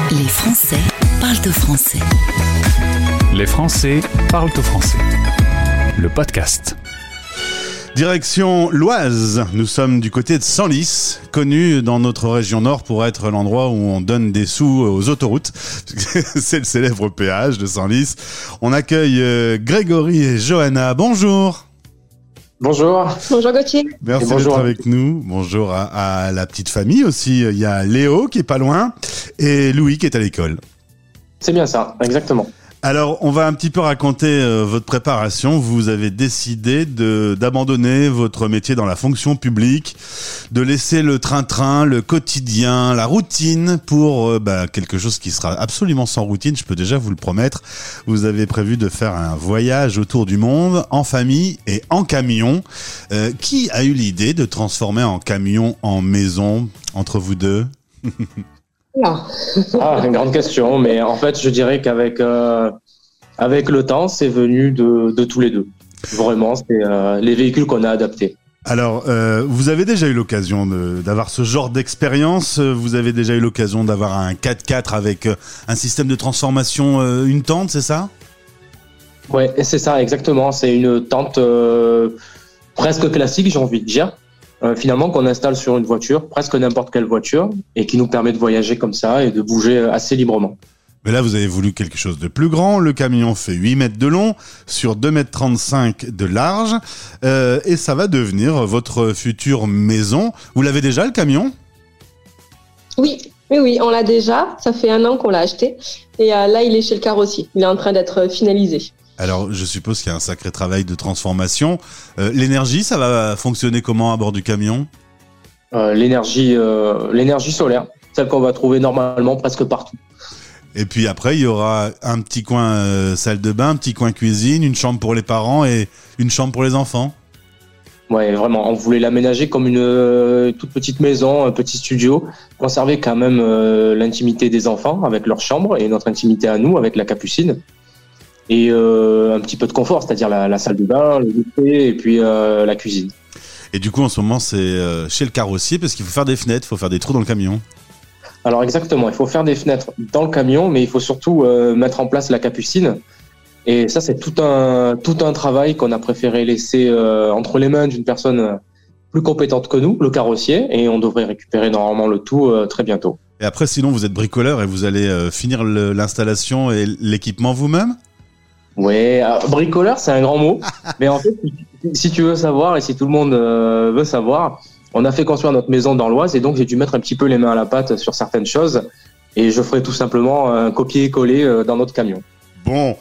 Les Français parlent au français. Les Français parlent au français. Le podcast. Direction l'Oise, nous sommes du côté de Senlis, connu dans notre région nord pour être l'endroit où on donne des sous aux autoroutes. C'est le célèbre péage de Senlis. On accueille Grégory et Johanna. Bonjour. Bonjour. Bonjour Gauthier. Merci d'être avec nous. Bonjour à la petite famille aussi. Il y a Léo qui est pas loin et Louis qui est à l'école. C'est bien ça, exactement. Alors, on va un petit peu raconter votre préparation. Vous avez décidé d'abandonner votre métier dans la fonction publique, de laisser le train-train, le quotidien, la routine pour quelque chose qui sera absolument sans routine, je peux déjà vous le promettre. Vous avez prévu de faire un voyage autour du monde en famille et en camion. Qui a eu l'idée de transformer en camion en maison entre vous deux? Une grande question, mais en fait, je dirais qu'avec avec le temps, c'est venu de tous les deux. Vraiment, c'est les véhicules qu'on a adaptés. Alors, vous avez déjà eu l'occasion d'avoir ce genre d'expérience. Vous avez déjà eu l'occasion d'avoir un 4x4 avec un système de transformation, une tente, c'est ça? Ouais, c'est ça, exactement. C'est une tente presque classique, j'ai envie de dire. Finalement, qu'on installe sur une voiture, presque n'importe quelle voiture, et qui nous permet de voyager comme ça et de bouger assez librement. Mais là, vous avez voulu quelque chose de plus grand. Le camion fait 8 mètres de long sur 2,35 mètres de large, et ça va devenir votre future maison. Vous l'avez déjà, le camion? Oui, on l'a déjà. Ça fait 1 an qu'on l'a acheté, et là, il est chez le carrossier. Il est en train d'être finalisé. Alors, je suppose qu'il y a un sacré travail de transformation. L'énergie, ça va fonctionner comment à bord du camion? L'énergie solaire, celle qu'on va trouver normalement presque partout. Et puis après, il y aura un petit coin salle de bain, un petit coin cuisine, une chambre pour les parents et une chambre pour les enfants. Ouais, vraiment. On voulait l'aménager comme une toute petite maison, un petit studio, conserver quand même l'intimité des enfants avec leur chambre et notre intimité à nous avec la capucine. Et un petit peu de confort, c'est-à-dire la salle de bain, le buffet et puis la cuisine. Et du coup, en ce moment, c'est chez le carrossier parce qu'il faut faire des fenêtres, il faut faire des trous dans le camion. Alors exactement, il faut faire des fenêtres dans le camion, mais il faut surtout mettre en place la capucine. Et ça, c'est tout un travail qu'on a préféré laisser entre les mains d'une personne plus compétente que nous, le carrossier, et on devrait récupérer normalement le tout très bientôt. Et après, sinon, vous êtes bricoleur et vous allez finir l'installation et l'équipement vous-même ? Ouais, bricoleur, c'est un grand mot. Mais en fait, si tu veux savoir et si tout le monde veut savoir, on a fait construire notre maison dans l'Oise et donc j'ai dû mettre un petit peu les mains à la pâte sur certaines choses et je ferai tout simplement un copier-coller dans notre camion. Bon,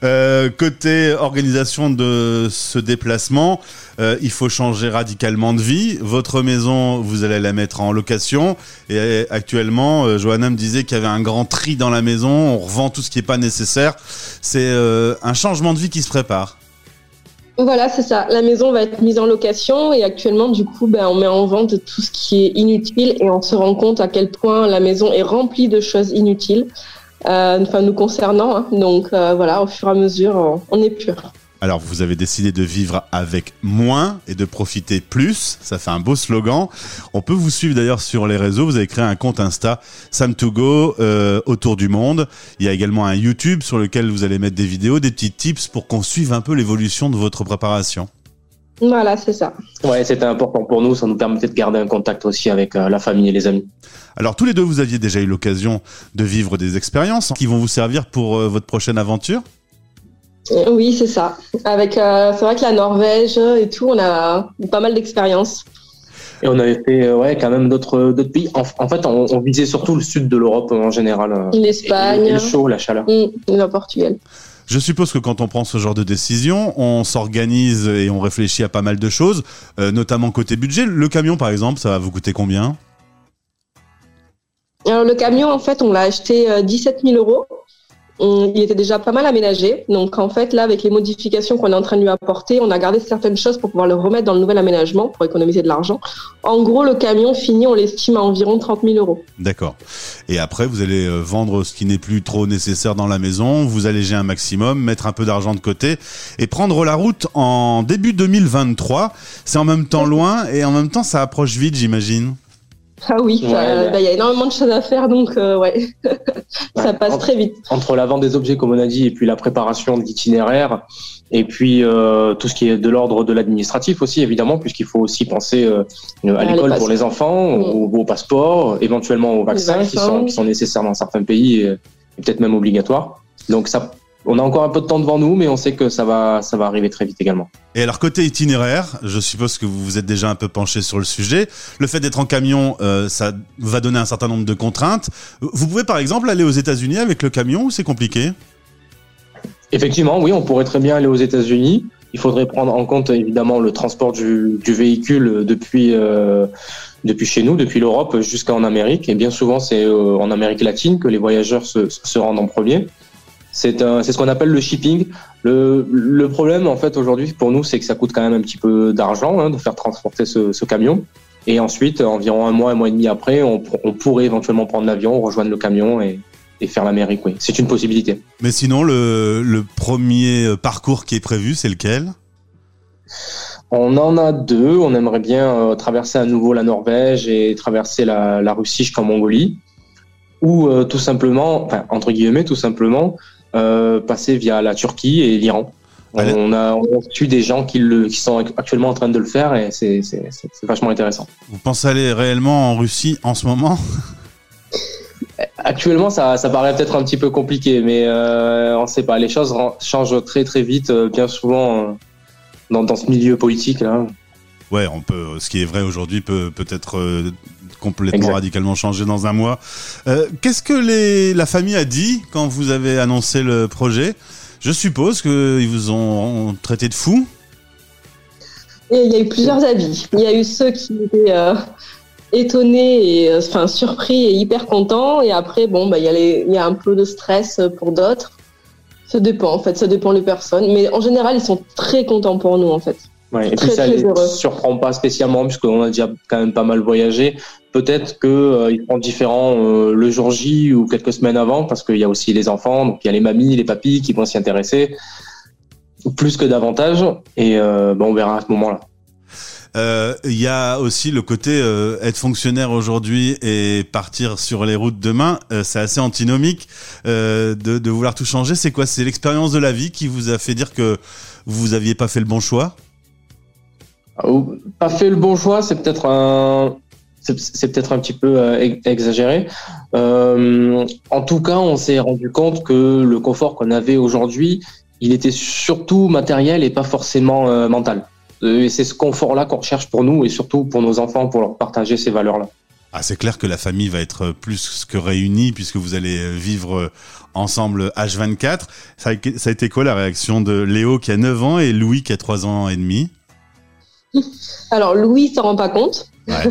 côté organisation de ce déplacement, il faut changer radicalement de vie. Votre maison, vous allez la mettre en location. Et actuellement, Johanna me disait qu'il y avait un grand tri dans la maison. On revend tout ce qui n'est pas nécessaire. C'est un changement de vie qui se prépare. Voilà, c'est ça. La maison va être mise en location et actuellement, du coup, on met en vente tout ce qui est inutile et on se rend compte à quel point la maison est remplie de choses inutiles. Nous concernant, hein. Donc au fur et à mesure, on est pur. Alors, vous avez décidé de vivre avec moins et de profiter plus. Ça fait un beau slogan. On peut vous suivre d'ailleurs sur les réseaux. Vous avez créé un compte Insta Sam2Go autour du monde. Il y a également un YouTube sur lequel vous allez mettre des vidéos, des petits tips pour qu'on suive un peu l'évolution de votre préparation. Voilà, c'est ça. Ouais, c'était important pour nous. Ça nous permettait de garder un contact aussi avec la famille et les amis. Alors, tous les deux, vous aviez déjà eu l'occasion de vivre des expériences qui vont vous servir pour votre prochaine aventure? Oui, c'est ça. C'est vrai que la Norvège et tout, on a pas mal d'expériences. Et on avait fait quand même d'autres pays. En fait, on visait surtout le sud de l'Europe en général. L'Espagne. Et le chaud, la chaleur. Le Portugal. Je suppose que quand on prend ce genre de décision, on s'organise et on réfléchit à pas mal de choses, notamment côté budget. Le camion, par exemple, ça va vous coûter combien? Alors, le camion, en fait, on l'a acheté 17 000 €. Il était déjà pas mal aménagé. Donc, en fait, là, avec les modifications qu'on est en train de lui apporter, on a gardé certaines choses pour pouvoir le remettre dans le nouvel aménagement pour économiser de l'argent. En gros, le camion fini, on l'estime à environ 30 000 €. D'accord. Et après, vous allez vendre ce qui n'est plus trop nécessaire dans la maison, vous alléger un maximum, mettre un peu d'argent de côté et prendre la route en début 2023. C'est en même temps loin et en même temps, ça approche vite, j'imagine. Ah oui, il y a énormément de choses à faire, donc ça passe très vite. Entre la vente des objets, comme on a dit, et puis la préparation de l'itinéraire, et puis tout ce qui est de l'ordre de l'administratif aussi, évidemment, puisqu'il faut aussi penser à l'école pour les enfants, au passeport, éventuellement aux vaccins qui sont nécessaires dans certains pays et peut-être même obligatoires. Donc ça, on a encore un peu de temps devant nous, mais on sait que ça va arriver très vite également. Et alors, côté itinéraire, je suppose que vous vous êtes déjà un peu penché sur le sujet. Le fait d'être en camion, ça va donner un certain nombre de contraintes. Vous pouvez par exemple aller aux États-Unis avec le camion ou c'est compliqué ? Effectivement, oui, on pourrait très bien aller aux États-Unis. Il faudrait prendre en compte évidemment le transport du véhicule depuis chez nous, depuis l'Europe jusqu'en Amérique. Et bien souvent, c'est en Amérique latine que les voyageurs se rendent en premier. C'est ce qu'on appelle le shipping. Le problème, en fait, aujourd'hui, pour nous, c'est que ça coûte quand même un petit peu d'argent de faire transporter ce camion. Et ensuite, environ un mois et demi après, on pourrait éventuellement prendre l'avion, rejoindre le camion et faire l'Amérique, oui. C'est une possibilité. Mais sinon, le premier parcours qui est prévu, c'est lequel ? On en a deux. On aimerait bien traverser à nouveau la Norvège et traverser la Russie jusqu'en Mongolie. Ou tout simplement, enfin, entre guillemets, tout simplement, passer via la Turquie et l'Iran. On a reçu des gens qui sont actuellement en train de le faire et c'est vachement intéressant. Vous pensez aller réellement en Russie en ce moment ? Actuellement, ça paraît peut-être un petit peu compliqué, mais on ne sait pas. Les choses changent très très vite, bien souvent dans ce milieu politique là. Ouais, ce qui est vrai aujourd'hui peut être complètement radicalement changé dans un mois. Qu'est-ce que la famille a dit quand vous avez annoncé le projet ? Je suppose qu'ils vous ont traité de fou. Et il y a eu plusieurs avis. Il y a eu ceux qui étaient étonnés et surpris et hyper contents. Et après, il y a un peu de stress pour d'autres. Ça dépend, en fait. Ça dépend des personnes. Mais en général, ils sont très contents pour nous, en fait. Ouais, et puis ça les surprend pas spécialement puisqu'on a déjà quand même pas mal voyagé. Peut-être que ils seront différents le jour J ou quelques semaines avant parce qu'il y a aussi les enfants, donc il y a les mamies, les papis qui vont s'y intéresser plus que davantage. Et on verra à ce moment-là. Il y a aussi le côté être fonctionnaire aujourd'hui et partir sur les routes demain. C'est assez antinomique de vouloir tout changer. C'est quoi ? C'est l'expérience de la vie qui vous a fait dire que vous aviez pas fait le bon choix ? Pas fait le bon choix, c'est peut-être un petit peu exagéré. En tout cas, on s'est rendu compte que le confort qu'on avait aujourd'hui, il était surtout matériel et pas forcément mental. Et c'est ce confort-là qu'on recherche pour nous et surtout pour nos enfants, pour leur partager ces valeurs-là. Ah, c'est clair que la famille va être plus que réunie puisque vous allez vivre ensemble H24. Ça a été quoi la réaction de Léo qui a 9 ans et Louis qui a 3 ans et demi ? Alors, Louis s'en rend pas compte.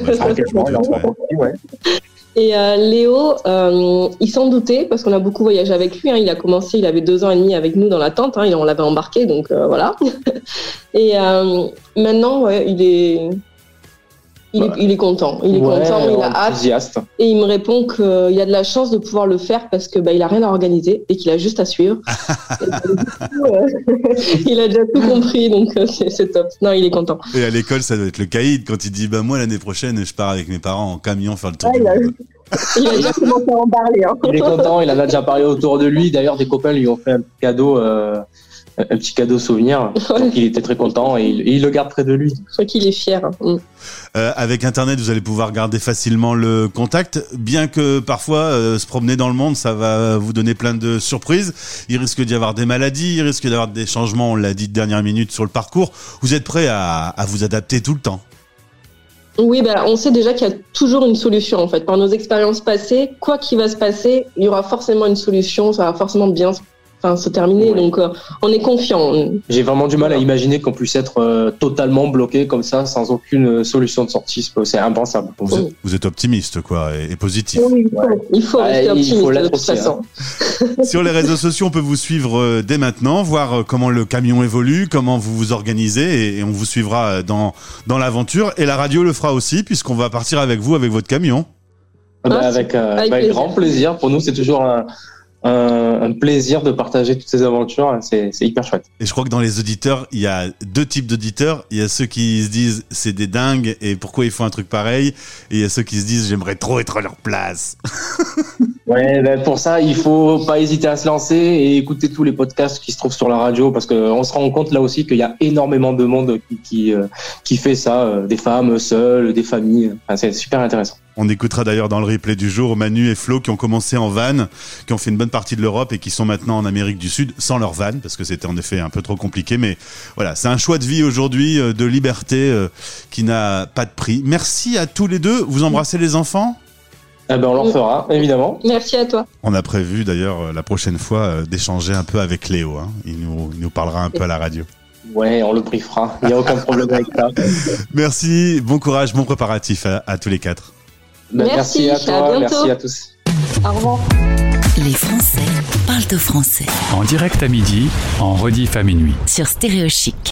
Et Léo, il s'en doutait parce qu'on a beaucoup voyagé avec lui. Il a commencé, il avait 2 ans et demi avec nous dans la tente. On l'avait embarqué, donc voilà. Et maintenant, il est content. Il est content, il a hâte. Enthousiaste. Et il me répond qu'il a de la chance de pouvoir le faire parce que il a rien à organiser et qu'il a juste à suivre. Il a déjà tout compris, donc c'est top. Non, il est content. Et à l'école, ça doit être le caïd quand il dit moi l'année prochaine, je pars avec mes parents en camion faire le tour du monde. Il a déjà commencé à en parler. Il est content, il en a déjà parlé autour de lui. D'ailleurs, des copains lui ont fait un petit cadeau souvenir. Donc il était très content et il le garde près de lui. Je crois qu'il est fier. Avec Internet, vous allez pouvoir garder facilement le contact, bien que parfois se promener dans le monde, ça va vous donner plein de surprises. Il risque d'y avoir des maladies, il risque d'y avoir des changements, on l'a dit de dernière minute sur le parcours. Vous êtes prêt à vous adapter tout le temps ? Oui, on sait déjà qu'il y a toujours une solution en fait. Par nos expériences passées, quoi qu'il va se passer, il y aura forcément une solution, ça va forcément bien se terminer, donc on est confiant. J'ai vraiment du mal à imaginer qu'on puisse être totalement bloqué comme ça, sans aucune solution de sortie. C'est impensable. Vous êtes optimiste, quoi, et positif. Oui, il faut rester optimiste de toute façon. Sur les réseaux sociaux, on peut vous suivre dès maintenant, voir comment le camion évolue, comment vous vous organisez, et on vous suivra dans l'aventure. Et la radio le fera aussi, puisqu'on va partir avec vous, avec votre camion. Avec grand plaisir. Pour nous, c'est toujours un plaisir de partager toutes ces aventures. C'est hyper chouette. Et je crois que dans les auditeurs, il y a 2 types d'auditeurs. Il y a ceux qui se disent c'est des dingues et pourquoi ils font un truc pareil. Et il y a ceux qui se disent j'aimerais trop être à leur place. Ouais, ben pour ça, il faut pas hésiter à se lancer et écouter tous les podcasts qui se trouvent sur la radio, parce qu'on se rend compte là aussi qu'il y a énormément de monde qui fait ça, des femmes seules, des familles. Enfin, c'est super intéressant. On écoutera d'ailleurs dans le replay du jour Manu et Flo qui ont commencé en van, qui ont fait une bonne partie de l'Europe et qui sont maintenant en Amérique du Sud sans leur van, parce que c'était en effet un peu trop compliqué. Mais voilà, c'est un choix de vie aujourd'hui, de liberté qui n'a pas de prix. Merci à tous les deux. Vous embrassez les enfants ? Eh ben, on leur fera, évidemment. Merci à toi. On a prévu d'ailleurs la prochaine fois d'échanger un peu avec Léo. Hein. Il nous parlera un peu à la radio. Ouais, on le briefera. Il n'y a aucun problème avec ça. Merci, bon courage, bon préparatif à tous les 4. Ben, merci à toi, à merci à tous. Au revoir. Les Français parlent au français. En direct à midi, en rediff à minuit. Sur Stéréo Chic.